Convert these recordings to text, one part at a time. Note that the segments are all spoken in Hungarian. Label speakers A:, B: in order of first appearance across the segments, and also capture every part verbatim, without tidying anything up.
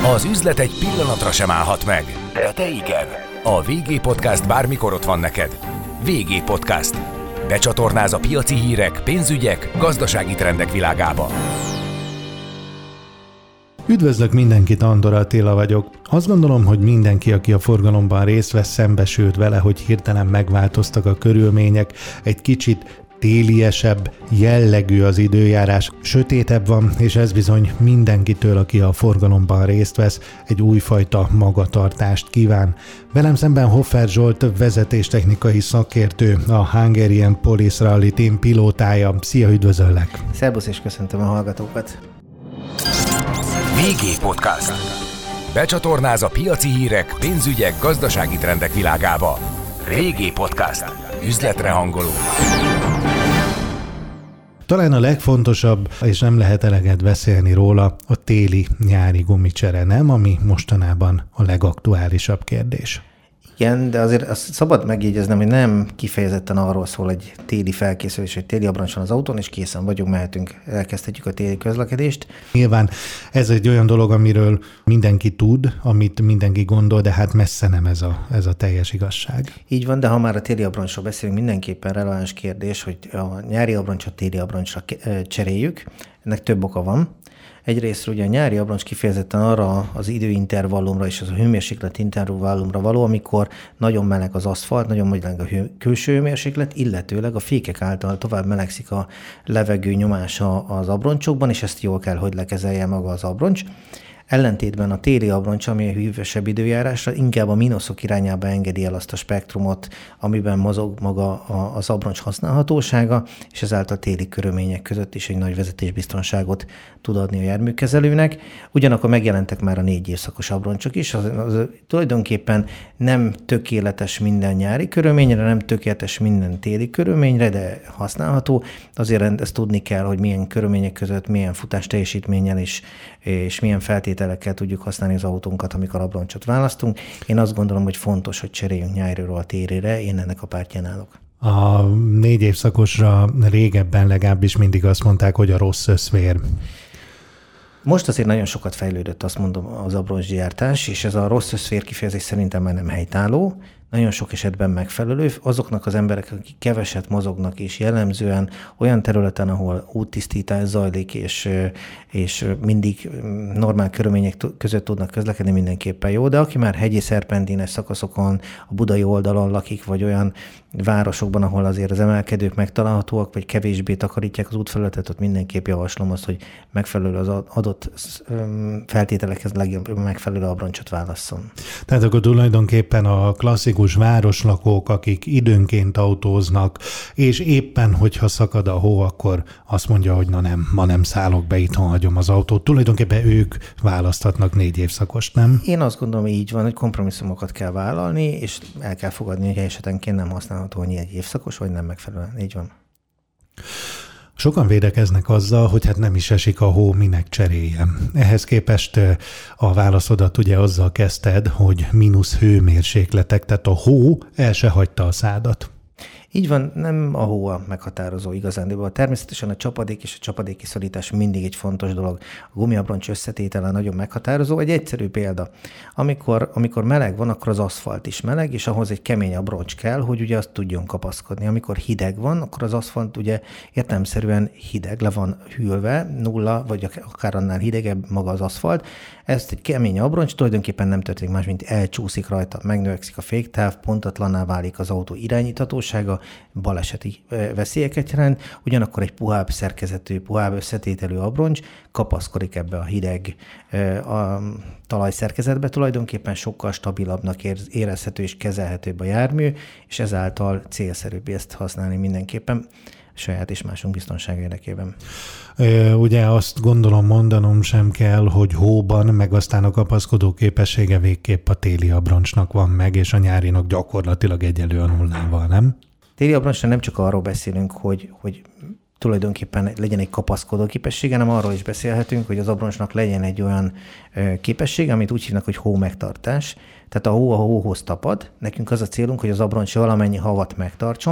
A: Az üzlet egy pillanatra sem állhat meg, de te igen. A vé gé Podcast bármikor ott van neked. vé gé Podcast. Becsatornáz a piaci hírek, pénzügyek, gazdasági trendek világába.
B: Üdvözlök mindenkit, Andor Attila vagyok. Azt gondolom, hogy mindenki, aki a forgalomban részt vesz, szembesült vele, hogy hirtelen megváltoztak a körülmények, egy kicsit téliesebb jellegű az időjárás, sötétebb van, és ez bizony mindenkitől, aki a forgalomban részt vesz, egy újfajta magatartást kíván. Velem szemben Hoffer Zsolt vezetéstechnikai szakértő, a Hungarian Police Rally Team pilótája. Szia, üdvözöllek!
C: Szerbusz, és köszöntöm a hallgatókat!
A: vé gé Podcast. Becsatornáz a piaci hírek, pénzügyek, gazdasági trendek világába. vé gé Podcast. Üzletre hangoló.
B: Talán a legfontosabb, és nem lehet eleget beszélni róla, a téli-nyári gumicsere, nem? Ami mostanában a legaktuálisabb kérdés.
C: Igen, de azért azt szabad megjegyeznem, hogy nem kifejezetten arról szól egy téli felkészülés, hogy téli abroncs van az autón, és készen vagyunk, mehetünk, elkezdhetjük a téli közlekedést.
B: Nyilván ez egy olyan dolog, amiről mindenki tud, amit mindenki gondol, de hát messze nem ez a, ez a teljes igazság.
C: Így van, de ha már a téli abroncsról beszélünk, mindenképpen releváns kérdés, hogy a nyári abroncsot téli abroncsra cseréljük. Ennek több oka van. Egyrészt ugye a nyári abroncs kifejezetten arra az időintervallumra és az a hőmérséklet intervallumra való, amikor nagyon meleg az aszfalt, nagyon meleg a hő, külső hőmérséklet, illetőleg a fékek által tovább melegszik a levegő nyomása az abroncsokban, és ezt jól kell, hogy lekezelje maga az abroncs. Ellentétben a téli abroncs, ami a hűvösebb időjárásra inkább a mínuszok irányába engedi el azt a spektrumot, amiben mozog maga az abroncs használhatósága, és ezáltal téli körülmények között is egy nagy vezetésbiztonságot tud adni a járműkezelőnek. Ugyanakkor megjelentek már a négy évszakos abroncsok is, az, az tulajdonképpen nem tökéletes minden nyári körülményre, nem tökéletes minden téli körülményre, de használható. Azért ezt tudni kell, hogy milyen körülmények között, milyen futás teljesítménnyel is, és milyen feltételekkel tudjuk használni az autónkat, amikor abroncsot választunk. Én azt gondolom, hogy fontos, hogy cseréljünk nyáriról a térére, én ennek a pártján állok.
B: A négy évszakosra régebben legalábbis mindig azt mondták, hogy a rossz összvér.
C: Most azért nagyon sokat fejlődött, azt mondom, az abroncsgyártás, és ez a rossz összvér kifejezés szerintem már nem helytálló, nagyon sok esetben megfelelő. Azoknak az emberek, akik keveset mozognak, és jellemzően olyan területen, ahol úttisztítás zajlik, és, és mindig normál körülmények között tudnak közlekedni, mindenképpen jó, de aki már hegyi szerpentines szakaszokon, a budai oldalon lakik, vagy olyan városokban, ahol azért az emelkedők megtalálhatóak, vagy kevésbé takarítják az útfelületet, ott mindenképp javaslom azt, hogy megfelelő az adott feltételekhez legjobb megfelelő abroncsot válasszon.
B: Tehát akkor tulajdonképpen a klasszikus városlakók, akik időnként autóznak, és éppen, hogyha szakad a hó, akkor azt mondja, hogy na nem, ma nem szállok be, itthon hagyom az autót. Tulajdonképpen ők választhatnak négy évszakost, nem?
C: Én azt gondolom, hogy így van, hogy kompromisszumokat kell vállalni, és el kell fogadni, hogy esetenként nem használható, hogy egy évszakos, vagy nem megfelelően. Így van.
B: Sokan védekeznek azzal, hogy hát nem is esik a hó, minek cseréljem. Ehhez képest a válaszodat ugye azzal kezdted, hogy mínusz hőmérsékletek, tehát a hó el se hagyta a szádat.
C: Így van, nem a hó a meghatározó igazándiból. Természetesen a csapadék és a csapadékkiszorítás mindig egy fontos dolog. A gumiabroncs összetétele nagyon meghatározó. Egy egyszerű példa. Amikor, amikor meleg van, akkor az aszfalt is meleg, és ahhoz egy kemény abroncs kell, hogy ugye azt tudjon kapaszkodni. Amikor hideg van, akkor az aszfalt ugye értelemszerűen hideg, le van hűlve, nulla, vagy akár annál hidegebb maga az aszfalt. Ezt egy kemény abroncs tulajdonképpen nem történik más, mint elcsúszik rajta, megnövekszik a féktáv, pontatlanná válik az autó irányíthatósága, baleseti veszélyeket jelent, ugyanakkor egy puhább szerkezetű, puhább összetételű abroncs kapaszkodik ebbe a hideg a talajszerkezetbe, tulajdonképpen sokkal stabilabbnak érezhető és kezelhetőbb a jármű, és ezáltal célszerűbb ezt használni mindenképpen saját és másunk biztonsága érdekében.
B: Ugye azt gondolom mondanom sem kell, hogy hóban, meg aztán a kapaszkodó képessége végképp a téli abroncsnak van meg, és a nyárinak gyakorlatilag egyelő a nullával, nem?
C: Téli abroncsra nem csak arról beszélünk, hogy, hogy tulajdonképpen legyen egy kapaszkodó képessége, hanem arról is beszélhetünk, hogy az abroncsnak legyen egy olyan képessége, amit úgy hívnak, hogy hó megtartás. Tehát a hó a hóhoz tapad. Nekünk az a célunk, hogy az abroncs valamennyi havat megtartson,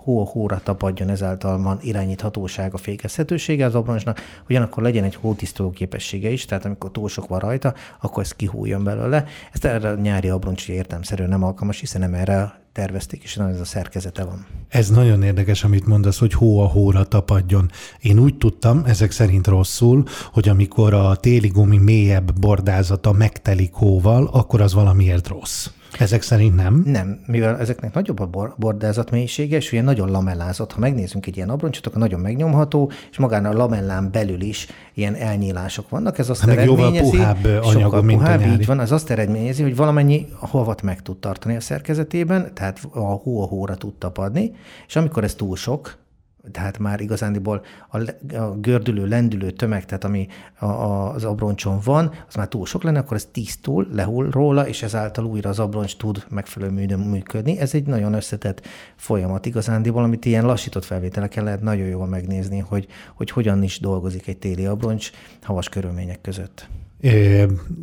C: hó a hóra tapadjon, ezáltal van irányíthatósága, fékezhetősége az abroncsnak, ugyanakkor legyen egy hótisztoló képessége is, tehát amikor túl sok van rajta, akkor ez kihújjon belőle. Ezt erre a nyári abroncs értelemszerűen nem alkalmas, hiszen nem erre tervezték, és nem ez a szerkezete van.
B: Ez nagyon érdekes, amit mondasz, hogy hó a hóra tapadjon. Én úgy tudtam, ezek szerint rosszul, hogy amikor a téli gumi mélyebb bordázata megtelik hóval, akkor az valamiért rossz. Ezek szerint nem?
C: Nem, mivel ezeknek nagyobb a bordázat mélysége, és ugye nagyon lamellázott. Ha megnézzünk egy ilyen abroncsot, akkor nagyon megnyomható, és magán a lamellán belül is ilyen elnyílások vannak. Ez azt
B: hát
C: eredményezi,
B: puhább anyagú,
C: mint puhább, így van, az azt eredményezi, hogy valamennyi havat meg tud tartani a szerkezetében, tehát a hó a hóra tud tapadni, és amikor ez túl sok, tehát már igazándiból a, a gördülő, lendülő tömeg, tehát ami a, a, az abroncson van, az már túl sok lenne, akkor ez tisztul, lehull róla, és ezáltal újra az abroncs tud megfelelő módon működni. Ez egy nagyon összetett folyamat igazándiból, amit ilyen lassított felvételeken lehet nagyon jól megnézni, hogy, hogy hogyan is dolgozik egy téli abroncs havas körülmények között.
B: É,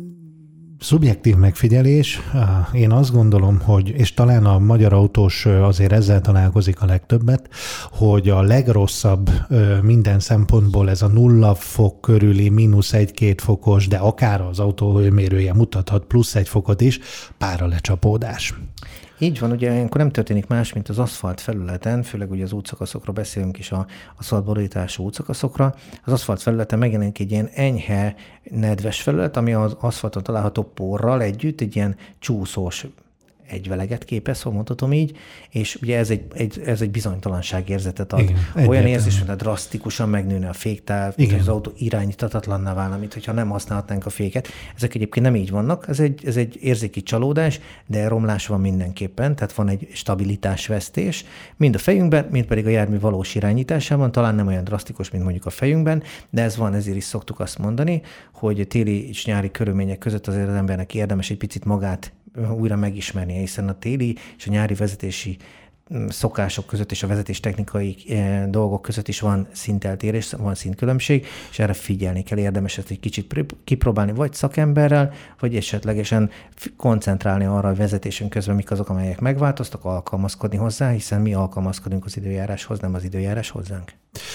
B: szubjektív megfigyelés. Én azt gondolom, hogy, és talán a magyar autós azért ezzel találkozik a legtöbbet, hogy a legrosszabb minden szempontból ez a nulla fok körüli, mínusz egy-két fokos, de akár az autóhőmérője mutathat plusz egy fokot is, páralecsapódás.
C: Így van, ugye ilyenkor nem történik más, mint az aszfalt felületen, főleg ugye az útszakaszokra beszélünk is, a aszfaltborítású útszakaszokra. Az aszfalt felületen megjelenik egy ilyen enyhe, nedves felület, ami az aszfalton található porral együtt egy ilyen csúszós egyveleget képez, ha mondhatom így, és ugye ez egy, egy, ez egy bizonytalanságérzetet ad. Igen, olyan érzés, hogy drasztikusan megnőne a féktáv, hogy az autó irányítatatlanná válna, mint hogyha nem használhatnánk a féket. Ezek egyébként nem így vannak, ez egy, ez egy érzéki csalódás, de romlás van mindenképpen, tehát van egy stabilitásvesztés, mind a fejünkben, mind pedig a jármű valós irányításában, talán nem olyan drasztikus, mint mondjuk a fejünkben, de ez van, ezért is szoktuk azt mondani, hogy téli és nyári körülmények között azért az embernek érdemes egy picit magát újra megismernie, hiszen a téli és a nyári vezetési szokások között és a vezetés technikai dolgok között is van szinteltérés, van szintkülönbség, és erre figyelni kell, érdemes ezt egy kicsit kipróbálni, vagy szakemberrel, vagy esetlegesen koncentrálni arra, hogy vezetésünk közben mik azok, amelyek megváltoztak, alkalmazkodni hozzá, hiszen mi alkalmazkodunk az időjáráshoz, nem az időjárás hozzánk.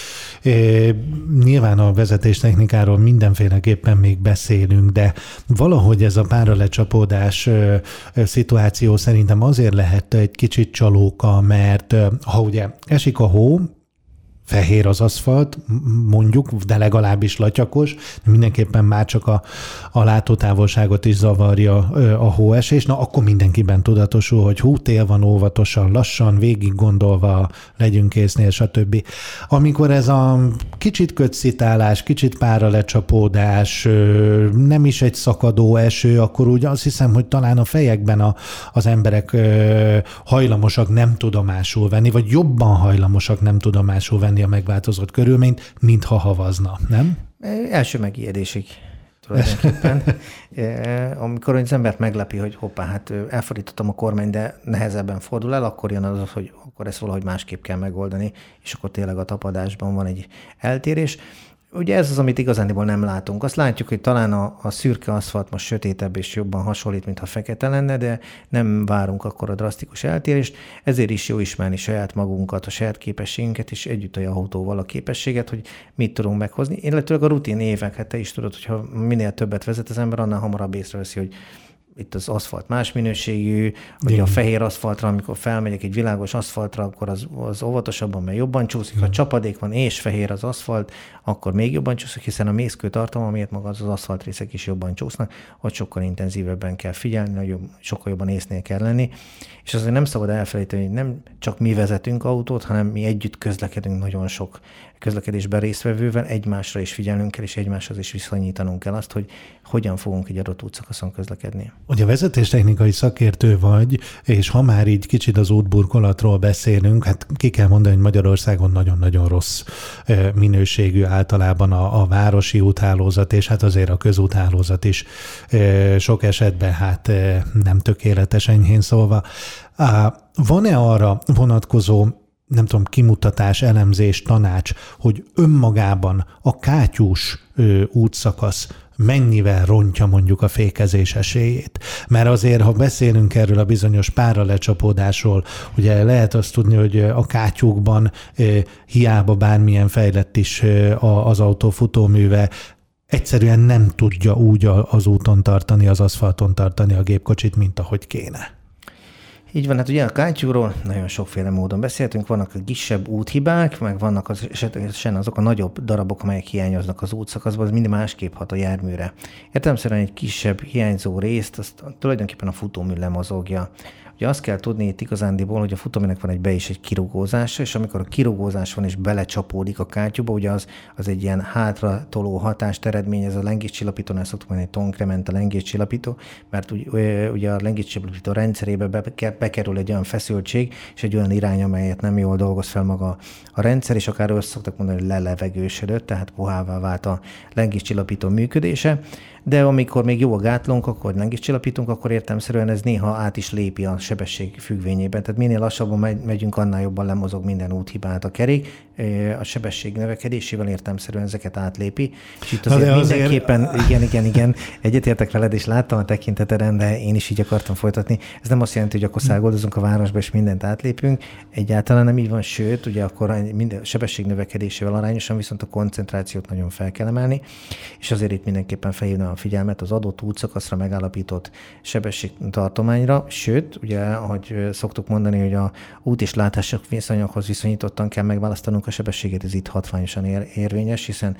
B: É, nyilván a vezetéstechnikáról mindenféleképpen még beszélünk, de valahogy ez a páralecsapódás ö, ö, szituáció szerintem azért lehet egy kicsit csalóka, mert ö, ha ugye esik a hó, fehér az aszfalt, mondjuk, de legalábbis latyakos, mindenképpen már csak a, a látótávolságot is zavarja a hóesés, na akkor mindenkiben tudatosul, hogy hú, tél van, óvatosan, lassan, végig gondolva legyünk észnél, stb. Amikor ez a kicsit kötszitálás, kicsit páralecsapódás, nem is egy szakadó eső, akkor úgy azt hiszem, hogy talán a fejekben a, az emberek hajlamosak nem tudomásul venni, vagy jobban hajlamosak nem tudomásul venni a megváltozott körülményt, mintha havazna, nem?
C: Első megijedésig tulajdonképpen. Amikor az embert meglepi, hogy hoppá, hát elfordítottam a kormányt, de nehezebben fordul el, akkor jön az, hogy akkor ezt valahogy másképp kell megoldani, és akkor tényleg a tapadásban van egy eltérés. Ugye ez az, amit igazándiból nem látunk. Azt látjuk, hogy talán a, a szürke aszfalt most sötétebb és jobban hasonlít, mintha fekete lenne, de nem várunk akkor a drasztikus eltérést. Ezért is jó ismerni saját magunkat, a saját képességünket, és együtt a autóval a képességet, hogy mit tudunk meghozni. Illetőleg a rutin évek, hát te is tudod, hogyha minél többet vezet az ember, annál hamarabb észreveszi, hogy itt az aszfalt más minőségű, vagy a fehér aszfaltra, amikor felmegyek egy világos aszfaltra, akkor az, az óvatosabban, mert jobban csúszik, ha csapadék van és fehér az aszfalt, akkor még jobban csúszik, hiszen a mészkő tartalma miatt maga az, az aszfaltrészek is jobban csúsznak, hogy sokkal intenzívebben kell figyelni, nagyobb, sokkal jobban észnél kell lenni, és azért nem szabad elfelejteni, hogy nem csak mi vezetünk autót, hanem mi együtt közlekedünk nagyon sok közlekedésben résztvevővel, egymásra is figyelnünk kell, és egymáshoz is viszonyítanunk kell azt, hogy hogyan fogunk egy adott útszakaszon közlekedni.
B: Ugye vezetéstechnikai szakértő vagy, és ha már így kicsit az útburkolatról beszélünk, hát ki kell mondani, hogy Magyarországon nagyon-nagyon rossz minőségű általában a, a városi úthálózat, és hát azért a közúthálózat is sok esetben hát nem tökéletes, enyhén szólva. Van-e arra vonatkozó, nem tudom, kimutatás, elemzés, tanács, hogy önmagában a kátyús ö, útszakasz mennyivel rontja mondjuk a fékezés esélyét. Mert azért, ha beszélünk erről a bizonyos páralecsapódásról, ugye lehet azt tudni, hogy a kátyúkban hiába bármilyen fejlett is az autó futóműve, egyszerűen nem tudja úgy az úton tartani, az aszfalton tartani a gépkocsit, mint ahogy kéne.
C: Így van, hát ugye a kátyúról nagyon sokféle módon beszéltünk, vannak a kisebb úthibák, meg vannak az, esetlegesen azok a nagyobb darabok, amelyek hiányoznak az útszakaszban, az mind másképp hat a járműre. Értelemszerűen egy kisebb hiányzó részt, azt tulajdonképpen a futómű lemozogja. Ugye azt kell tudni itt igazándiból, hogy a futóműnek van egy be- és egy kirugózása, és amikor a kirugózás van és belecsapódik a kátyúba, ugye az, az egy ilyen hátratoló hatást eredményez a lengéscsillapítónál, szoktuk mondani, hogy tonkrement a lengéscsillapító, mert ugye a lengéscsillapító rendszerébe be, bekerül egy olyan feszültség, és egy olyan irány, amelyet nem jól dolgoz fel maga a rendszer, és akár össze szoktak mondani, hogy lelevegősödött, tehát puhává vált a lengéscsillapító működése. De amikor még jó a gátlónk, akkor lengéscsillapítunk, akkor értelemszerűen ez néha át is lépi a sebesség függvényében. Tehát minél lassabban megyünk, annál jobban lemozog minden úthibát a kerék. A sebesség növekedésével értelemszerűen ezeket átlépi. És itt azért, azért mindenképpen, azért... igen, igen, igen, egyetértek veled, és láttam a tekinteteden, de én is így akartam folytatni. Ez nem azt jelenti, hogy akkor szágoldozunk a városba, és mindent átlépünk. Egyáltalán nem így van, sőt, ugye akkor minden sebesség növekedésével arányosan viszont a koncentrációt nagyon fel kell emelni, és azért itt mindenképpen felhívna a figyelmet az adott útszakaszra megállapított sebességtartományra, sőt, ugye, ahogy szoktuk mondani, hogy a út és látások viszonyokhoz viszonyítottan kell megválasztanunk a sebességet, ez itt hatványosan ér- érvényes, hiszen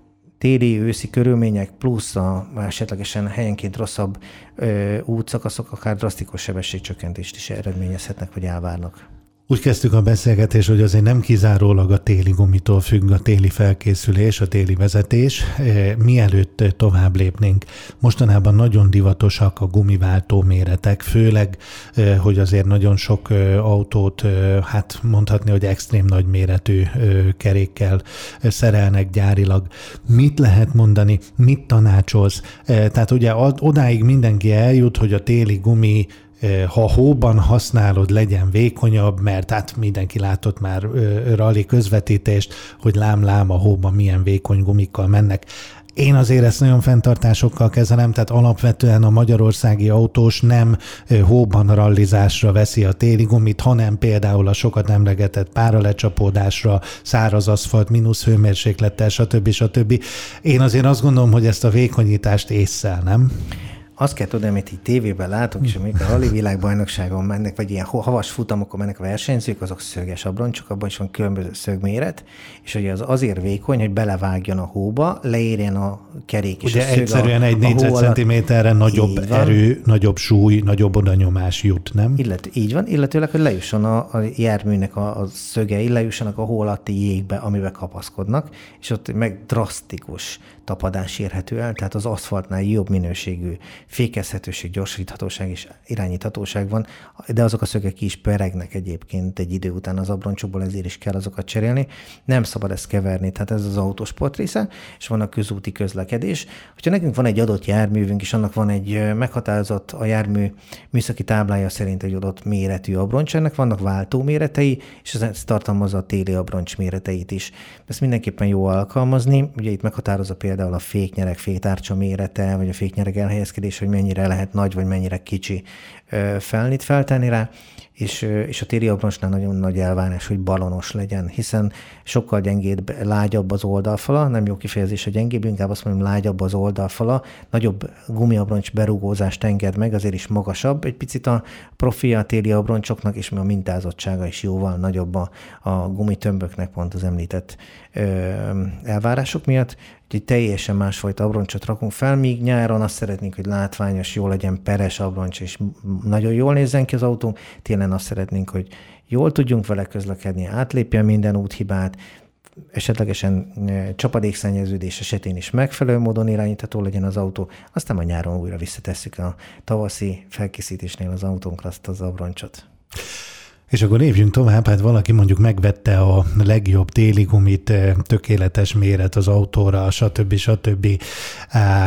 C: téli, őszi körülmények plusz a esetlegesen helyenként rosszabb ö, útszakaszok akár drasztikus sebességcsökkentést is eredményezhetnek, vagy elvárnak.
B: Úgy kezdtük a beszélgetést, hogy azért nem kizárólag a téli gumitól függ a téli felkészülés, a téli vezetés. Mielőtt tovább lépnénk, mostanában nagyon divatosak a gumiváltó méretek, főleg, hogy azért nagyon sok autót, hát mondhatni, hogy extrém nagy méretű kerékkel szerelnek gyárilag. Mit lehet mondani, mit tanácsolsz? Tehát ugye odáig mindenki eljut, hogy a téli gumi, ha hóban használod, legyen vékonyabb, mert hát mindenki látott már rally közvetítést, hogy lám-lám a hóban milyen vékony gumikkal mennek. Én azért ezt nagyon fenntartásokkal kezelem, tehát alapvetően a magyarországi autós nem hóban rallizásra veszi a téli gumit, hanem például a sokat emlegetett páralecsapódásra, száraz aszfalt, mínusz hőmérséklettel, stb. stb. Én azért azt gondolom, hogy ezt a vékonyítást ésszel, nem?
C: Azt kell tudni, amit így tévében látunk, és amikor a rally világbajnokságon mennek, vagy ilyen havas futamokon mennek a versenyzők, azok szöges abroncsok, abban is van különböző szögméret, és ugye az azért vékony, hogy belevágjon a hóba, leérjen a kerék, és
B: ugye
C: a szög
B: egyszerűen
C: a,
B: egy négyzetcentiméterre nagyobb erő, nagyobb súly, nagyobb odanyomás jut, nem?
C: Illető, így van, illetőleg, hogy lejusson a, a járműnek a, a szögei, lejussanak a hó alatti jégbe, amiben kapaszkodnak, és ott meg drasztikus tapadás érhető el, tehát az aszfaltnál jobb minőségű fékezhetőség, gyorsíthatóság és irányíthatóság van, de azok a szögek is peregnek egyébként egy idő után az abroncsokból, ezért is kell azokat cserélni. Nem szabad ezt keverni, tehát ez az autósport része, és van a közúti közlekedés. Hogyha nekünk van egy adott járművünk, és annak van egy meghatározott a jármű műszaki táblája szerint egy adott méretű abroncs, ennek vannak váltó méretei, és ez tartalmazza a téli abroncs méreteit is. Ezt mindenképpen jó alkalmazni, ugye itt meghatározza például a féknyereg, féktárcsa mérete, vagy a féknyereg elhelyezkedés, hogy mennyire lehet nagy, vagy mennyire kicsi felnit feltenni rá, és, és a téli abroncsnál nagyon nagy elvárás, hogy balonos legyen, hiszen sokkal gyengébb, lágyabb az oldalfala, nem jó kifejezés a gyengébb, inkább azt mondom, lágyabb az oldalfala, nagyobb gumiabroncs berúgózást enged meg, azért is magasabb, egy picit a profilja a téli abroncsoknak, és a mintázottsága is jóval nagyobb a, a gumitömböknek, pont az említett ö, elvárások miatt. Úgyhogy teljesen másfajta abroncsot rakunk fel, míg nyáron azt szeretnénk, hogy látványos, jó legyen, peres abroncs, és nagyon jól nézzen ki az autó. Télen azt szeretnénk, hogy jól tudjunk vele közlekedni, átlépjen minden úthibát, esetlegesen csapadékszennyeződés esetén is megfelelő módon irányítható legyen az autó, aztán a nyáron újra visszatesszük a tavaszi felkészítésnél az autónkra azt az abroncsot.
B: És akkor lépjünk tovább, hát valaki mondjuk megvette a legjobb téli gumit, tökéletes méret az autóra, stb. stb.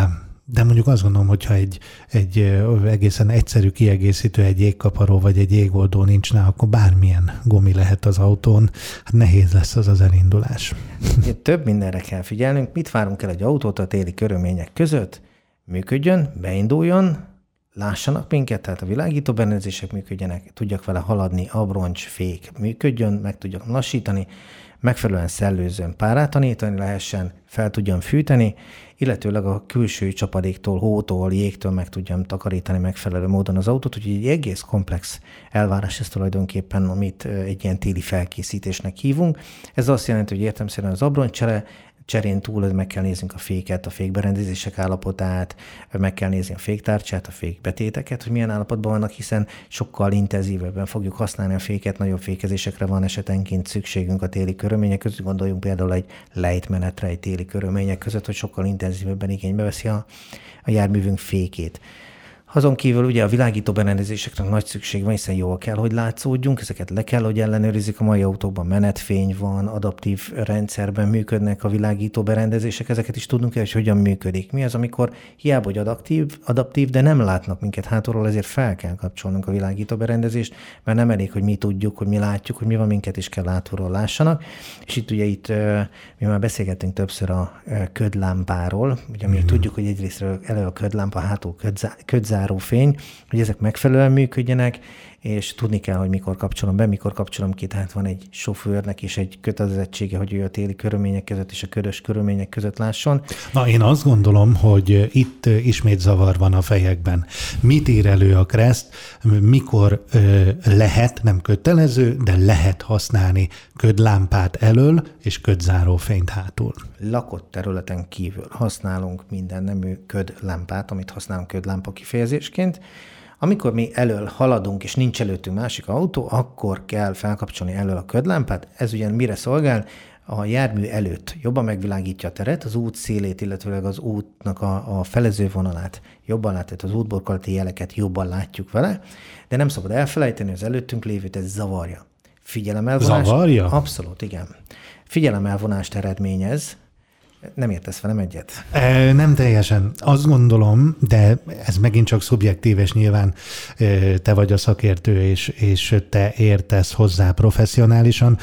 B: De mondjuk azt gondolom, hogyha egy, egy egészen egyszerű kiegészítő, egy jégkaparó vagy egy jégoldó nincs rá, akkor bármilyen gumi lehet az autón, hát nehéz lesz az az elindulás.
C: Több mindenre kell figyelnünk. Mit várunk el egy autót a téli körülmények között? Működjön, beinduljon, lássanak minket, tehát a világító berendezések működjenek, tudjak vele haladni, abroncs, fék működjön, meg tudjak lassítani, megfelelően szellőzően párátlanítani lehessen, fel tudjam fűteni, illetőleg a külső csapadéktól, hótól, jégtől meg tudjam takarítani megfelelő módon az autót, úgyhogy egy egész komplex elvárás ez tulajdonképpen, amit egy ilyen téli felkészítésnek hívunk. Ez azt jelenti, hogy értelemszerűen az abroncscsere, cserén túl meg kell néznünk a féket, a fékberendezések állapotát, meg kell nézni a féktárcsát, a fékbetéteket, hogy milyen állapotban vannak, hiszen sokkal intenzívebben fogjuk használni a féket, nagyobb fékezésekre van esetenként szükségünk a téli körülmények között. Gondoljunk például egy lejtmenetre egy téli körülmények között, hogy sokkal intenzívebben igénybe veszi a, a járművünk fékét. Azon kívül ugye a világító berendezéseknek nagy szükség van, hiszen jól kell, hogy látszódjunk, ezeket le kell, hogy ellenőrizzük. A mai autókban menetfény van, adaptív rendszerben működnek a világító berendezések, ezeket is tudnunk kell, hogy hogyan működik. Mi az, amikor hiába, hogy adaptív, adaptív, de nem látnak minket hátulról, ezért fel kell kapcsolnunk a világító berendezést, mert nem elég, hogy mi tudjuk, hogy mi látjuk, hogy mi van, minket is kell hátulról lássanak. És itt ugye itt mi már beszélgettünk többször a ködlámpáról, ugye mi mm. tudjuk, hogy egyrészt elő a ködlámpa, hátul ködzár fény, hogy ezek megfelelően működjenek, és tudni kell, hogy mikor kapcsolom be, mikor kapcsolom ki, tehát van egy sofőrnek is egy kötelezettsége, hogy ő a téli körülmények között és a ködös körülmények között lásson.
B: Na, én azt gondolom, hogy itt ismét zavar van a fejekben. Mit ír elő a kereszt, mikor lehet, nem kötelező, de lehet használni ködlámpát elől és ködzáró fényt hátul.
C: Lakott területen kívül használunk minden nemű ködlámpát, amit használunk ködlámpa kifejezésként. Amikor mi elől haladunk, és nincs előttünk másik autó, akkor kell felkapcsolni elől a ködlámpát. Ez ugyan mire szolgál? A jármű előtt jobban megvilágítja a teret, az út szélét, illetve az útnak a, a felező vonalát jobban lát, tehát az útburkolati jeleket jobban látjuk vele, de nem szabad elfelejteni, az előttünk lévőt ez zavarja. Figyelemelvonást.
B: Zavarja?
C: Abszolút, igen. Figyelemelvonást eredményez. Nem értesz velem egyet?
B: E, nem teljesen. Azt gondolom, de ez megint csak szubjektív, és nyilván te vagy a szakértő, és, és te értesz hozzá professzionálisan.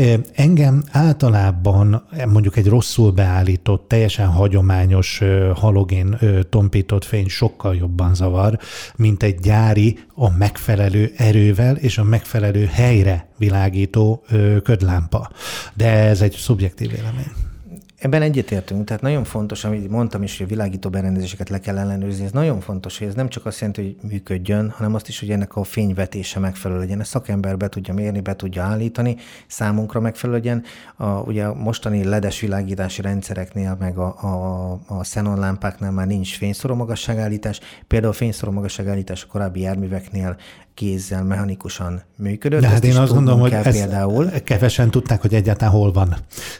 B: Engem általában mondjuk egy rosszul beállított, teljesen hagyományos halogén tompított fény sokkal jobban zavar, mint egy gyári, a megfelelő erővel és a megfelelő helyre világító ködlámpa. De ez egy szubjektív vélemény.
C: Ebben egyetértünk, tehát nagyon fontos, amit mondtam is, hogy a világító berendezéseket le kell ellenőrizni, ez nagyon fontos, hogy ez nem csak azt jelenti, hogy működjön, hanem azt is, hogy ennek a fényvetése megfelelő legyen. A szakember be tudja mérni, be tudja állítani, számunkra megfelelő legyen. A, ugye a mostani ledes világítási rendszereknél, meg a, a, a xenon lámpáknál már nincs fényszórómagasságállítás. Például a fényszórómagasságállítás a korábbi járműveknél kézzel, mechanikusan működött.
B: De hát én azt gondolom, hogy ezt
C: például.
B: Kevesen tudták, hogy egyáltalán hol van.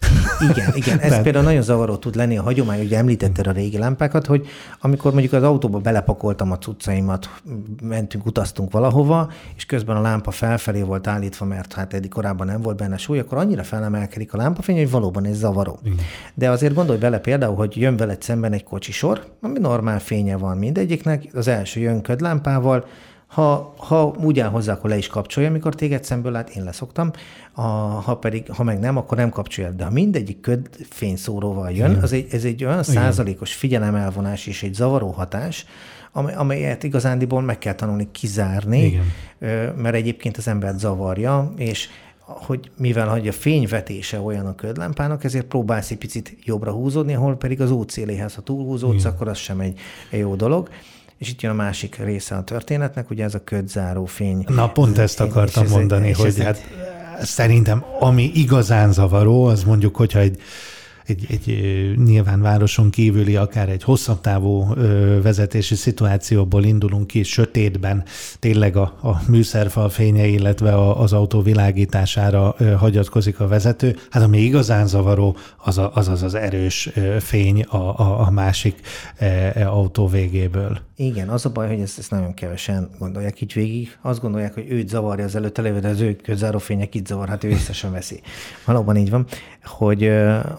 C: Igen, igen. Ez Tehát... például nagyon zavaró tud lenni a hagyomány, ugye említetted a régi lámpákat, hogy amikor mondjuk az autóba belepakoltam a cuccaimat, mentünk, utaztunk valahova, és közben a lámpa felfelé volt állítva, mert hát eddig korábban nem volt benne súly, akkor annyira felemelkedik a lámpafény, hogy valóban ez zavaró. Igen. De azért gondolj bele például, hogy jön veled szemben egy kocsisor, ami normál fénye van mindegyiknek, az első jön ködlámpával. Ha, ha úgy áll hozzá, akkor le is kapcsolja, amikor téged szemből lát, én leszoktam, a, ha pedig, ha meg nem, akkor nem kapcsolja. De ha mindegyik ködfényszóróval jön, az egy, ez egy olyan százalékos figyelemelvonás és egy zavaró hatás, amelyet igazándiból meg kell tanulni kizárni, igen, mert egyébként az embert zavarja, és hogy mivel hogy a fényvetése olyan a ködlámpának, ezért próbálsz egy picit jobbra húzódni, ahol pedig az út széléhez, ha túlhúzódsz, akkor az sem egy, egy jó dolog. És itt jön a másik része a történetnek, ugye ez a ködzáró fény.
B: Na, pont ezt akartam mondani, egy, hogy hát egy... szerintem ami igazán zavaró, az mondjuk, hogyha egy Egy, egy nyilván városon kívüli, akár egy hosszabb távú ö, vezetési szituációból indulunk ki, sötétben tényleg a, a műszerfal fénye, illetve a, az autó világítására ö, hagyatkozik a vezető. Hát ami igazán zavaró, az a, az, az az erős ö, fény a, a, a másik ö, autó végéből.
C: Igen, az a baj, hogy ezt, ezt nagyon kevesen gondolják így végig. Azt gondolják, hogy őt zavarja az előtte lévő, de az ő ködzáró fények itt zavar, hát ő észre sem veszi. Valóban így van, hogy a köd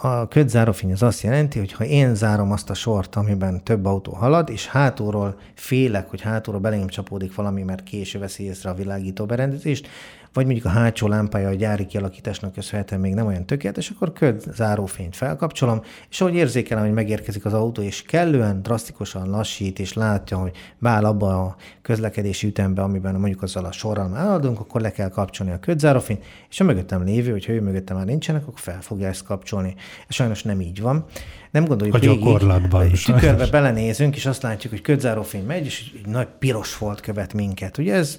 C: ködzárófény az azt jelenti, hogy ha én zárom azt a sort, amiben több autó halad, és hátulról félek, hogy hátulról belém csapódik valami, mert késő veszi észre a világító berendezést, vagy mondjuk a hátsó lámpája a gyári kialakításnak köszönhetően még nem olyan tökéletes, akkor ködzárófényt felkapcsolom, és ahogy érzékelem, hogy megérkezik az autó, és kellően drasztikusan lassít, és látja, hogy beáll abba a közlekedési ütembe, amiben mondjuk azzal a sorral már eladunk, akkor le kell kapcsolni a ködzárófényt, és a mögöttem lévő, hogyha ő mögöttem már nincsenek, akkor fel fogja ezt kapcsolni. Ez sajnos nem így van. Nem gondoljuk
B: a gyakorlatban.
C: Tükörbe belenézünk, és azt látjuk, hogy ködzárófény megy, és egy nagy piros folt követ minket. Ugye ez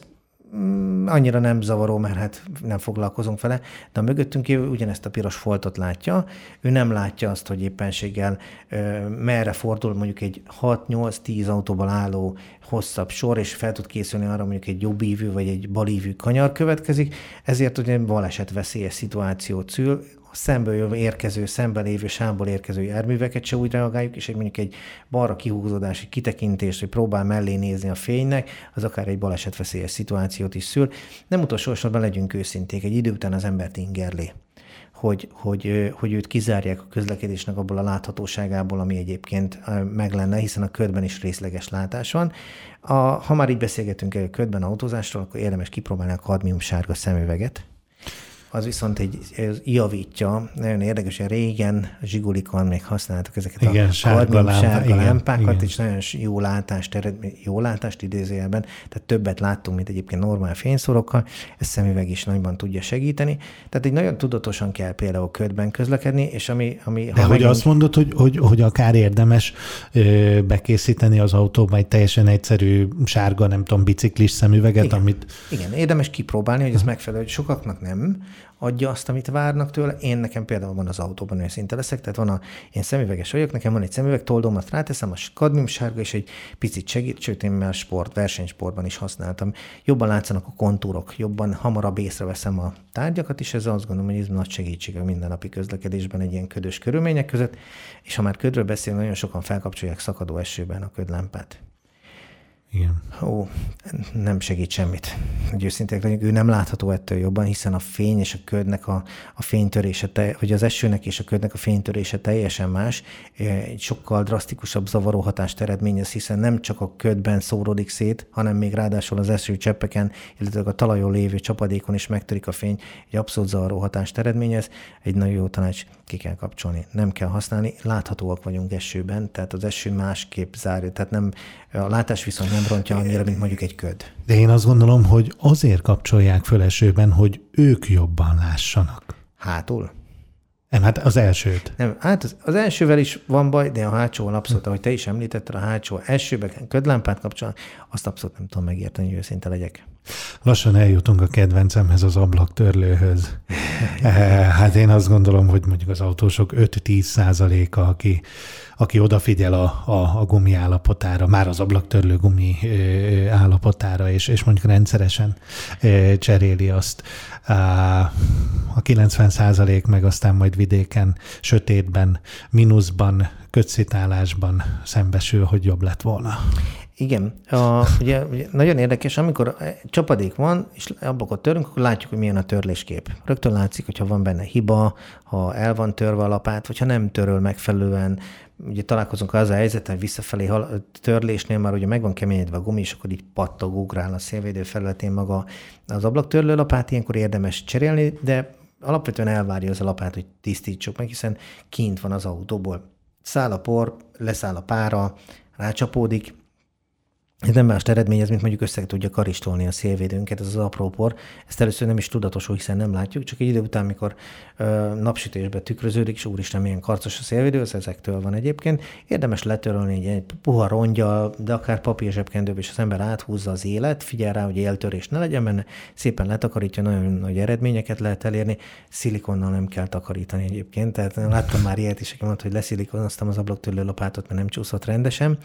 C: annyira nem zavaró, mert hát nem foglalkozunk vele, de a mögöttünk ő ugyanezt a piros foltot látja, ő nem látja azt, hogy éppenséggel ö, merre fordul mondjuk egy hat-nyolc-tíz autóból álló hosszabb sor, és fel tud készülni arra, mondjuk egy jobbívű vagy egy balívű kanyar következik, ezért ugye balesetveszélyes szituációt szül, a szemből érkező, szemben lévő sávból érkező járműveket se úgy reagáljuk, és egy mondjuk egy balra kihúzódás, egy kitekintés, hogy próbál mellé nézni a fénynek, az akár egy balesetveszélyes szituációt is szül. Nem utolsó sorban legyünk őszinték, egy idő után az embert ingerli, hogy, hogy, hogy őt kizárják a közlekedésnek abból a láthatóságából, ami egyébként meg lenne, hiszen a ködben is részleges látás van. A, ha már így beszélgetünk a ködben autózásról, akkor érdemes kipróbálni a kadmium sárga szemüveget. Az viszont egy, ez javítja, nagyon érdekes, hogy régen a Zsigulikon még használtak ezeket igen, a kadmium sárga lámpákat, és nagyon jó látást, eredmény, jó látást idézőjelben, tehát többet láttunk, mint egyébként normál fényszorokkal, ez szemüveg is nagyban tudja segíteni. Tehát egy nagyon tudatosan kell például ködben közlekedni, és ami... ami
B: De
C: ha
B: hogy
C: megint...
B: azt mondod, hogy, hogy, hogy akár érdemes ö, bekészíteni az autóba egy teljesen egyszerű sárga, nem tudom, biciklis szemüveget,
C: igen, amit... Igen, érdemes kipróbálni, hogy ez megfelelő, hogy sokaknak nem adja azt, amit várnak tőle. Én nekem például van az autóban, őszinte leszek, tehát van a, én szemüveges vagyok, nekem van egy szemüvegtoldóm, azt ráteszem, a kadmium sárga, és egy picit segít, sőt, én már sport, versenysportban is használtam. Jobban látszanak a kontúrok, jobban hamarabb észreveszem a tárgyakat, és ezzel azt gondolom, hogy ez nagy segítség a mindennapi közlekedésben egy ilyen ködös körülmények között, és ha már ködről beszélünk, nagyon sokan felkapcsolják szakadó esőben a ködlámpát.
B: Igen.
C: Ó, nem segít semmit. Hogy őszintén legyünk, ő nem látható ettől jobban, hiszen a fény és a ködnek a, a fénytörése, te, vagy az esőnek és a ködnek a fénytörése teljesen más, egy sokkal drasztikusabb zavaró hatást eredményez, hiszen nem csak a ködben szóródik szét, hanem még ráadásul az esőcseppeken, illetve a talajon lévő csapadékon is megtörik a fény, egy abszolút zavaró hatást eredményez. Egy nagyon jó tanács, ki kell kapcsolni, nem kell használni, láthatóak vagyunk esőben, tehát az eső másképp zárja, tehát nem, a látás viszont nem rontja annyira, mint mondjuk egy köd.
B: De én azt gondolom, hogy azért kapcsolják föl esőben, hogy ők jobban lássanak.
C: Hátul?
B: Nem, hát az elsőt.
C: Nem, hát az, az elsővel is van baj, de a hátsóval abszolút, ahogy te is említetted, a hátsó elsőben ködlámpát kapcsolni, azt abszolút nem tudom megérteni, hogy őszinte legyek.
B: Lassan eljutunk a kedvencemhez, az ablaktörlőhöz. Hát én azt gondolom, hogy mondjuk az autósok öt-tíz százaléka, aki, aki odafigyel a, a, a gumi állapotára, már az ablaktörlő gumi állapotára, és, és mondjuk rendszeresen cseréli azt. A kilencven százalék meg aztán majd vidéken, sötétben, mínuszban, kötszitálásban szembesül, hogy jobb lett volna.
C: Igen, a, ugye, ugye nagyon érdekes, amikor csapadék van, és ablakot törünk, akkor látjuk, hogy milyen a törléskép. Rögtön látszik, hogyha van benne hiba, ha el van törve a lapát, vagy ha nem töröl megfelelően. Ugye találkozunk az a helyzet, hogy visszafelé törlésnél már ugye meg van keményedve a gumi, és akkor így pattog, ugrál a szélvédő felületén maga az ablaktörlő lapát, ilyenkor érdemes cserélni, de alapvetően elvárja az a lapát, hogy tisztítsuk meg, hiszen kint van az autóból. Száll a por, leszáll a pára, rácsapódik. Ez nem mást eredményez, mint mondjuk össze tudja karistolni a szélvédőnket, ez az apró por. Ezt először nem is tudatosul, hiszen nem látjuk, csak egy idő után, mikor ö, napsütésbe tükröződik, és úristen, milyen karcos a szélvédő, az ezektől van egyébként. Érdemes letörölni egy, egy puha rongyal, de akár papírzsebkendőbe, és az ember áthúzza az élet, figyel rá, hogy éltörés ne legyen benne, szépen letakarítja, nagyon nagy eredményeket lehet elérni. Szilikonnal nem kell takarítani egyébként, tehát láttam már ilyet is, aki mondta, hogy leszilikonoztam az ablaktörlő lapátot, mert nem csúszott rendesen.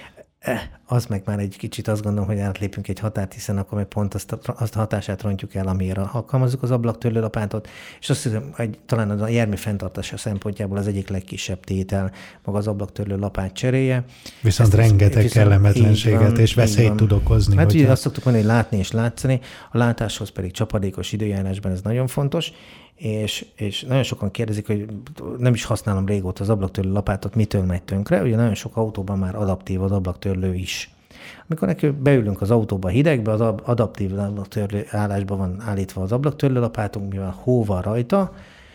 C: Az meg már egy kicsit azt gondolom, hogy átlépünk egy határt, hiszen akkor meg pont azt a, azt a hatását rontjuk el, amire alkalmazzuk az ablaktörlő lapátot, és azt hiszem, hogy talán a jármű fenntartása szempontjából az egyik legkisebb tétel maga az ablaktörlő lapát cseréje.
B: Viszont ezt rengeteg viszont kellemetlenséget van, és veszélyt tud okozni.
C: Hát ugye azt szoktuk mondani, hogy látni és látszani, a látáshoz pedig csapadékos időjárásban ez nagyon fontos, és, és nagyon sokan kérdezik, hogy nem is használom régóta az ablaktörlő lapátot, mitől megy tönkre. Ugye nagyon sok autóban már adaptív az ablaktörlő is. Amikor nekünk beülünk az autóba hidegbe, az adaptív ablaktörlő állásban van állítva az ablaktörlő lapátunk, mivel hó van rajta,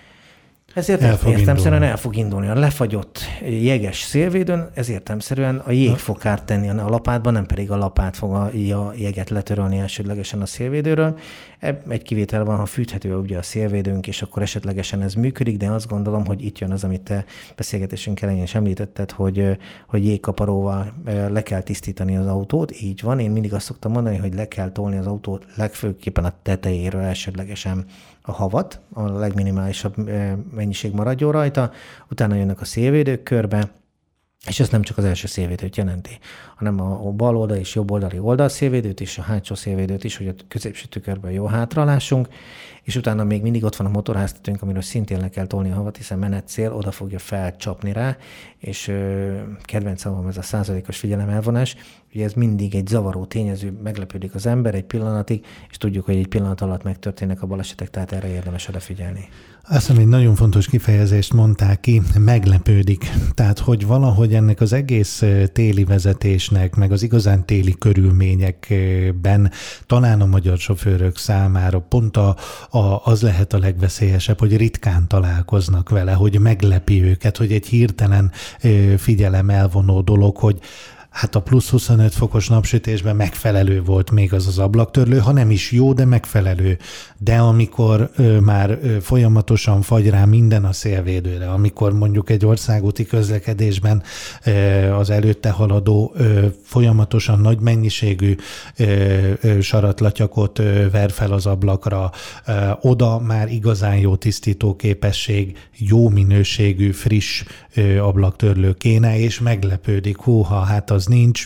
C: ezért el értelemszerűen el fog indulni. A lefagyott jeges szélvédőn, ez értelemszerűen a jég fog kárt tenni a lapátban, nem pedig a lapát fog a jeget letörölni elsődlegesen a szélvédőről. Egy kivétel van, ha fűthető ugye a szélvédőnk, és akkor esetlegesen ez működik, de azt gondolom, hogy itt jön az, amit te beszélgetésünk elején is említetted, hogy, hogy jégkaparóval le kell tisztítani az autót. Így van, én mindig azt szoktam mondani, hogy le kell tolni az autót legfőképpen a tetejéről elsődlegesen a havat, a legminimálisabb mennyiség maradjon rajta, utána jönnek a szélvédők körbe, és ez nem csak az első szélvédőt jelenti, hanem a bal oldal és jobb oldali oldalszélvédőt is, a hátsó szélvédőt is, hogy a középső tükörben jó hátralássunk, és utána még mindig ott van a motorháztetőnk, amiről szintén le kell tolni a havat, hiszen menetcél oda fogja felcsapni rá, és ö, kedvenc szavam ez a százalékos figyelemelvonás. Ugye ez mindig egy zavaró tényező, meglepődik az ember egy pillanatig, és tudjuk, hogy egy pillanat alatt megtörténnek a balesetek, tehát erre érdemes odafigyelni.
B: Azt hiszem, egy nagyon fontos kifejezést mondták ki, meglepődik. Tehát, hogy valahogy ennek az egész téli vezetésnek, meg az igazán téli körülményekben talán a magyar sofőrök számára pont a, a, az lehet a legveszélyesebb, hogy ritkán találkoznak vele, hogy meglepi őket, hogy egy hirtelen figyelem elvonó dolog, hogy hát a plusz huszonöt fokos napsütésben megfelelő volt még az az ablaktörlő, ha nem is jó, de megfelelő. De amikor ö, már ö, folyamatosan fagy rá minden a szélvédőre, amikor mondjuk egy országúti közlekedésben ö, az előtte haladó ö, folyamatosan nagy mennyiségű ö, ö, saratlatyakot ö, ver fel az ablakra, ö, oda már igazán jó tisztító képesség, jó minőségű, friss ö, ablaktörlő kéne, és meglepődik, húha, hát az nincs,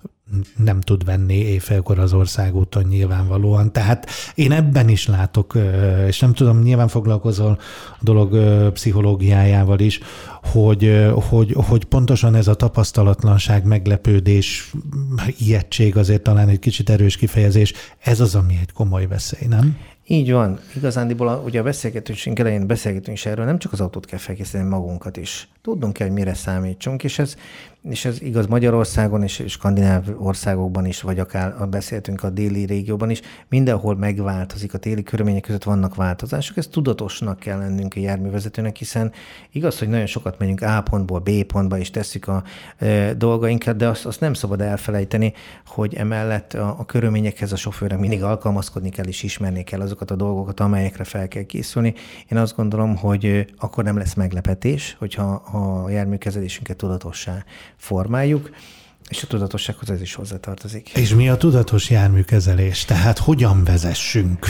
B: nem tud venni éjfélkor az országúton nyilvánvalóan. Tehát én ebben is látok, és nem tudom, nyilván foglalkozol a dolog pszichológiájával is, hogy, hogy, hogy pontosan ez a tapasztalatlanság, meglepődés, ijegység, azért talán egy kicsit erős kifejezés, ez az, ami egy komoly veszély, nem?
C: Így van. Igazándiból ugye a beszélgetésünk elején beszélgetünk is erről, nem csak az autót kell felkészíteni, magunkat is. Tudnunk kell, hogy mire számítsunk, és ez, és ez igaz Magyarországon és skandináv országokban is, vagy akár beszéltünk a déli régióban is, mindenhol megváltozik, a téli körülmények között vannak változások, ezt tudatosnak kell lennünk a járművezetőnek, hiszen igaz, hogy nagyon sokat megyünk A pontból B pontba, és tesszük a e, dolgainkat, de azt, azt nem szabad elfelejteni, hogy emellett a, a körülményekhez a sofőrnek mindig alkalmazkodni kell, és ismerni kell azokat a dolgokat, amelyekre fel kell készülni. Én azt gondolom, hogy akkor nem lesz meglepetés, hogyha a járműkezelésünket tudatossá formáljuk, és a tudatossághoz ez is hozzátartozik.
B: És mi a tudatos járműkezelés? Tehát hogyan vezessünk?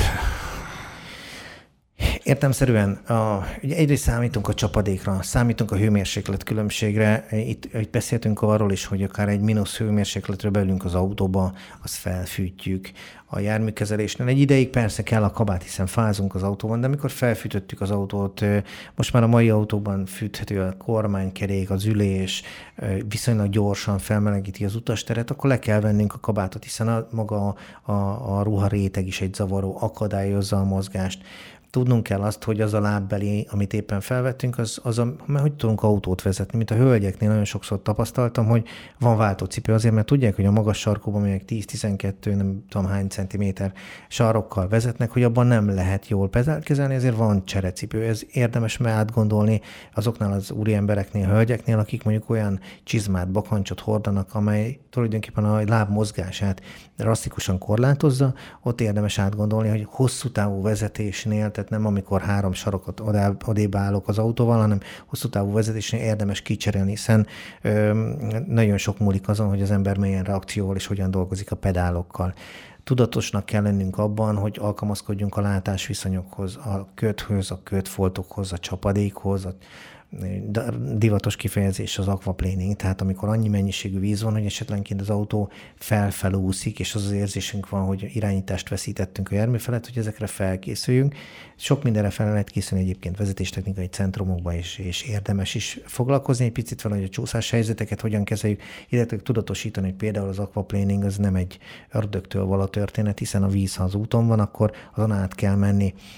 C: Értelemszerűen a, ugye egyrészt számítunk a csapadékra, számítunk a hőmérséklet különbségre. Itt, itt beszéltünk arról is, hogy akár egy mínusz hőmérsékletről beülünk az autóba, azt felfűtjük. A járműkezelésnél egy ideig persze kell a kabát, hiszen fázunk az autóban, de amikor felfűtöttük az autót, most már a mai autóban fűthető a kormánykerék, az ülés, viszonylag gyorsan felmelegíti az utasteret, akkor le kell vennünk a kabátot, hiszen a, maga a, a ruha réteg is egy zavaró, akadályozza a mozgást. Tudnunk kell azt, hogy az a lábbeli, amit éppen felvettünk, az, az a, mert hogy tudunk autót vezetni, mint a hölgyeknél nagyon sokszor tapasztaltam, hogy van váltócipő azért, mert tudják, hogy a magas sarkóban még tíz-tizenkettő, nem tudom hány centiméter sarokkal vezetnek, hogy abban nem lehet jól pedált kezelni, ezért van cserecipő. Ez érdemes már átgondolni azoknál az úriembereknél, hölgyeknél, akik mondjuk olyan csizmát, bakancsot hordanak, amely tulajdonképpen a láb mozgását drasztikusan korlátozza, ott érdemes átgondolni, hogy hosszú távú vezetésnél, tehát nem amikor három sarokot odébb állok az autóval, hanem hosszú távú vezetésnél érdemes kicserélni, hiszen ö, nagyon sok múlik azon, hogy az ember milyen reakcióval és hogyan dolgozik a pedálokkal. Tudatosnak kell lennünk abban, hogy alkalmazkodjunk a látásviszonyokhoz, a köthöz, a kötfoltokhoz, a csapadékhoz, a divatos kifejezés az aquaplaning, tehát amikor annyi mennyiségű víz van, hogy esetlenként az autó felfelúszik, és az az érzésünk van, hogy irányítást veszítettünk a jármű felett, hogy ezekre felkészüljünk. Sok mindenre fel lehet készülni egyébként vezetéstechnikai centrumokban is, és érdemes is foglalkozni egy picit vele, hogy a csúszás helyzeteket hogyan kezeljük, illetve tudatosítani, hogy például az aquaplaning az nem egy ördögtől való történet, hiszen a víz, ha az úton van, akkor azon át kell menni.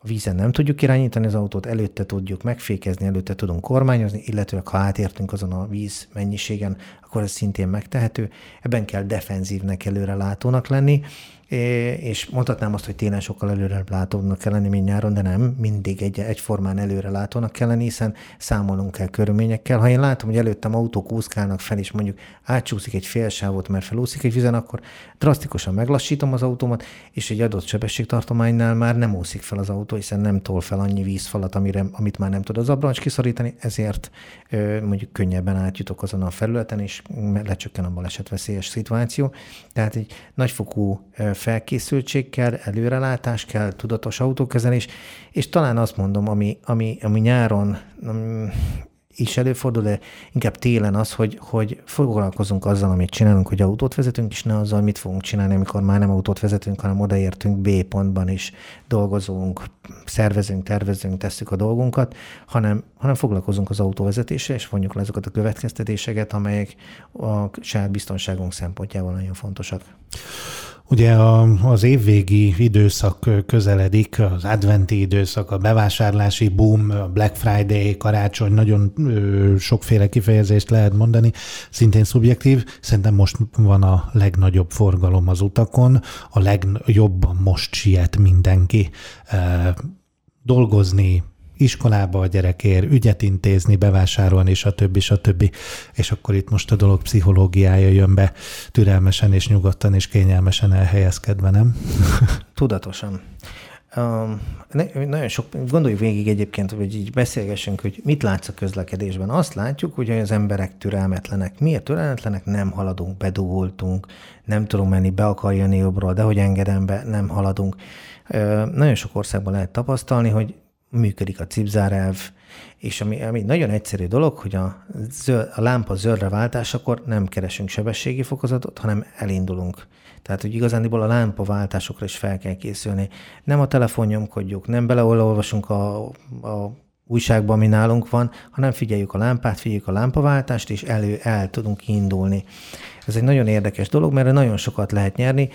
C: a vízen nem tudjuk irányítani az autót, előtte tudjuk megfékezni, előtte tudunk kormányozni, illetőleg ha átértünk azon a víz mennyiségen, akkor ez szintén megtehető. Ebben kell defenzívnek, előrelátónak lenni, és mondhatnám azt, hogy télen sokkal előrelátónak kell lenni, mint nyáron, de nem, mindig egy, egyformán előrelátónak kell lenni, hiszen számolnunk kell körülményekkel. Ha én látom, hogy előttem autók úszkálnak fel, és mondjuk átcsúszik egy fél sávot, mert felúszik egy vízen, akkor drasztikusan meglassítom az autómat, és egy adott sebességtartománynál már nem úszik fel az autó, hiszen nem tol fel annyi vízfalat, amire, amit már nem tud az abroncs kiszorítani, ezért mondjuk könnyebben átjutok azon a felületen, és lecsökken a balesetveszélyes szituáció. Tehát egy nagyfokú felkészültség kell, előrelátás kell, tudatos autókezelés, és talán azt mondom, ami, ami, ami nyáron is előfordul, de inkább télen az, hogy, hogy foglalkozunk azzal, amit csinálunk, hogy autót vezetünk, és ne azzal, mit fogunk csinálni, amikor már nem autót vezetünk, hanem odaértünk B pontban is dolgozunk, szervezünk, tervezünk, tesszük a dolgunkat, hanem, hanem foglalkozunk az autóvezetéssel, és vonjuk le azokat a következtetéseket, amelyek a saját biztonságunk szempontjából nagyon fontosak.
B: Ugye a, az évvégi időszak közeledik, az adventi időszak, a bevásárlási boom, a Black Friday, karácsony, nagyon ö, sokféle kifejezést lehet mondani, szintén szubjektív. Szerintem most van a legnagyobb forgalom az utakon, a legjobban most siet mindenki ö, dolgozni, iskolába a gyerekért, ügyet intézni, bevásárolni, és a többi, és a többi. És akkor itt most a dolog pszichológiája jön be, türelmesen és nyugodtan és kényelmesen elhelyezkedve, nem?
C: Tudatosan. Um, nagyon sok, gondoljuk végig egyébként, hogy így beszélgessünk, hogy mit látsz a közlekedésben. Azt látjuk, hogy az emberek türelmetlenek. Miért türelmetlenek? Nem haladunk, bedugultunk, nem tudunk menni, be akar jönni jobbról, de hogy engedem be, nem haladunk. Uh, nagyon sok országban lehet tapasztalni, hogy működik a cipzárelv, és ami, ami nagyon egyszerű dolog, hogy a, zöld, a lámpa zöldre váltásakor nem keresünk sebességi fokozatot, hanem elindulunk. Tehát, hogy igazándiból a lámpaváltásokra is fel kell készülni. Nem a telefon nyomkodjuk, nem beleolvasunk a, a újságban, ami nálunk van, hanem figyeljük a lámpát, figyeljük a lámpaváltást, és elő el tudunk indulni. Ez egy nagyon érdekes dolog, mert nagyon sokat lehet nyerni.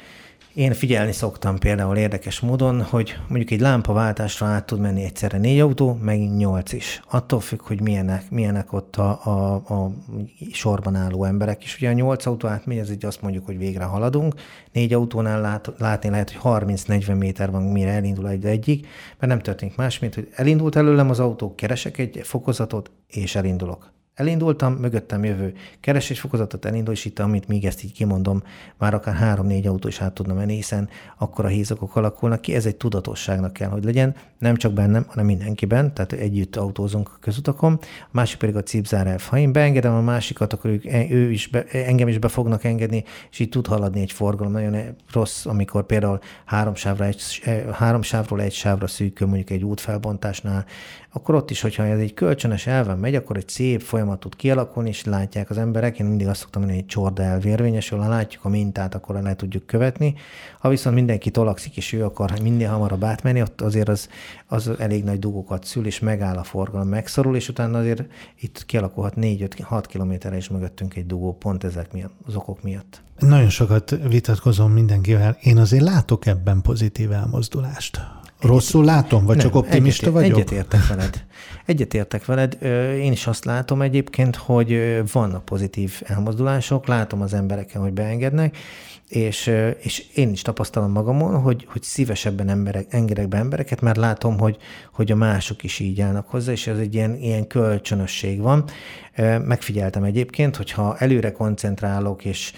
C: Én figyelni szoktam például érdekes módon, hogy mondjuk egy lámpaváltásra át tud menni egyszerre négy autó, meg nyolc is. Attól függ, hogy milyenek, milyenek ott a, a, a sorban álló emberek. És ugye a nyolc autó átmegy, ez így azt mondjuk, hogy végre haladunk. Négy autónál lát, látni lehet, hogy harminc-negyven méter van, mire elindul egy egyik, mert nem történik más, mint hogy elindult előlem az autó, keresek egy fokozatot, és elindulok. Elindultam, mögöttem jövő keresés fokozatot elindul, és itt, amit még ezt így kimondom, már akár három-négy autó is át tudna menni, hiszen akkor a hézagok alakulnak ki. Ez egy tudatosságnak kell, hogy legyen, nem csak bennem, hanem mindenkiben, tehát együtt autózunk a közutakon. A másik pedig a cipzárelv. Ha én beengedem a másikat, akkor ők, ő is be, engem is be fognak engedni, és így tud haladni egy forgalom. Nagyon rossz, amikor például három, sávra egy, három sávról egy sávra szűkül, mondjuk egy útfelbontásnál, akkor ott is, hogyha ez egy kölcsönös elven megy, akkor egy szép folyamat tud kialakulni, és látják az emberek. Én mindig azt szoktam mondani, hogy egy csorda elv érvényesül, ha látjuk a mintát, akkor le tudjuk követni. Ha viszont mindenki tolakszik, és ő akar minél hamarabb átmenni, ott azért az, az elég nagy dugókat szül, és megáll a forgalom, megszorul, és utána azért itt kialakulhat négy-öt-hat kilométerre is mögöttünk egy dugó, pont ezek miatt, az okok miatt. Nagyon sokat vitatkozom mindenkivel. Én azért látok ebben pozitív elmozdulást. Rosszul látom, vagy nem, csak optimista egyet, vagyok? Egyetértek veled. Egyetértek veled. Én is azt látom egyébként, hogy vannak pozitív elmozdulások, látom az embereken, hogy beengednek, és, és én is tapasztalom magamon, hogy, hogy szívesebben emberek, engedek be embereket, mert látom, hogy, hogy a mások is így állnak hozzá, és ez egy ilyen, ilyen kölcsönösség van. Megfigyeltem egyébként, hogyha előre koncentrálok, és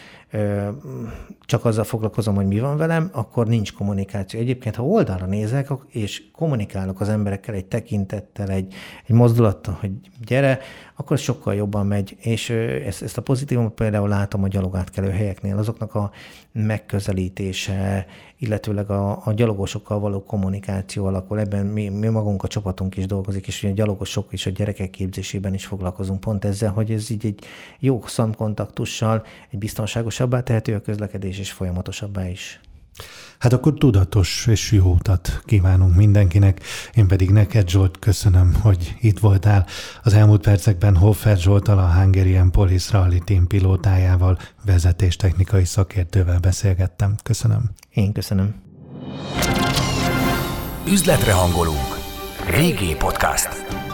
C: csak azzal foglalkozom, hogy mi van velem, akkor nincs kommunikáció. Egyébként, ha oldalra nézek, és kommunikálok az emberekkel egy tekintettel, egy, egy mozdulattal, hogy gyere, akkor sokkal jobban megy. És ezt, ezt a pozitívumot például látom a gyalogátkelő helyeknél, azoknak a megközelítése, illetőleg a, a gyalogosokkal való kommunikáció alakul. Ebben mi, mi magunk, a csapatunk is dolgozik, és ugye a gyalogosok és a gyerekek képzésében is foglalkozunk pont ezzel, hogy ez így egy jó szemkontaktussal egy biztonságosabbá tehető a közlekedés, és folyamatosabbá is. Hát akkor tudatos és jó utat kívánunk mindenkinek. Én pedig neked, Zsolt, köszönöm, hogy itt voltál. Az elmúlt percekben Hoffer Zsolttal, a Hungarian Police Rally Team pilótájával, vezetéstechnikai szakértővel beszélgettem. Köszönöm. Én köszönöm.
A: Üzletre hangolunk. vé gé Podcast.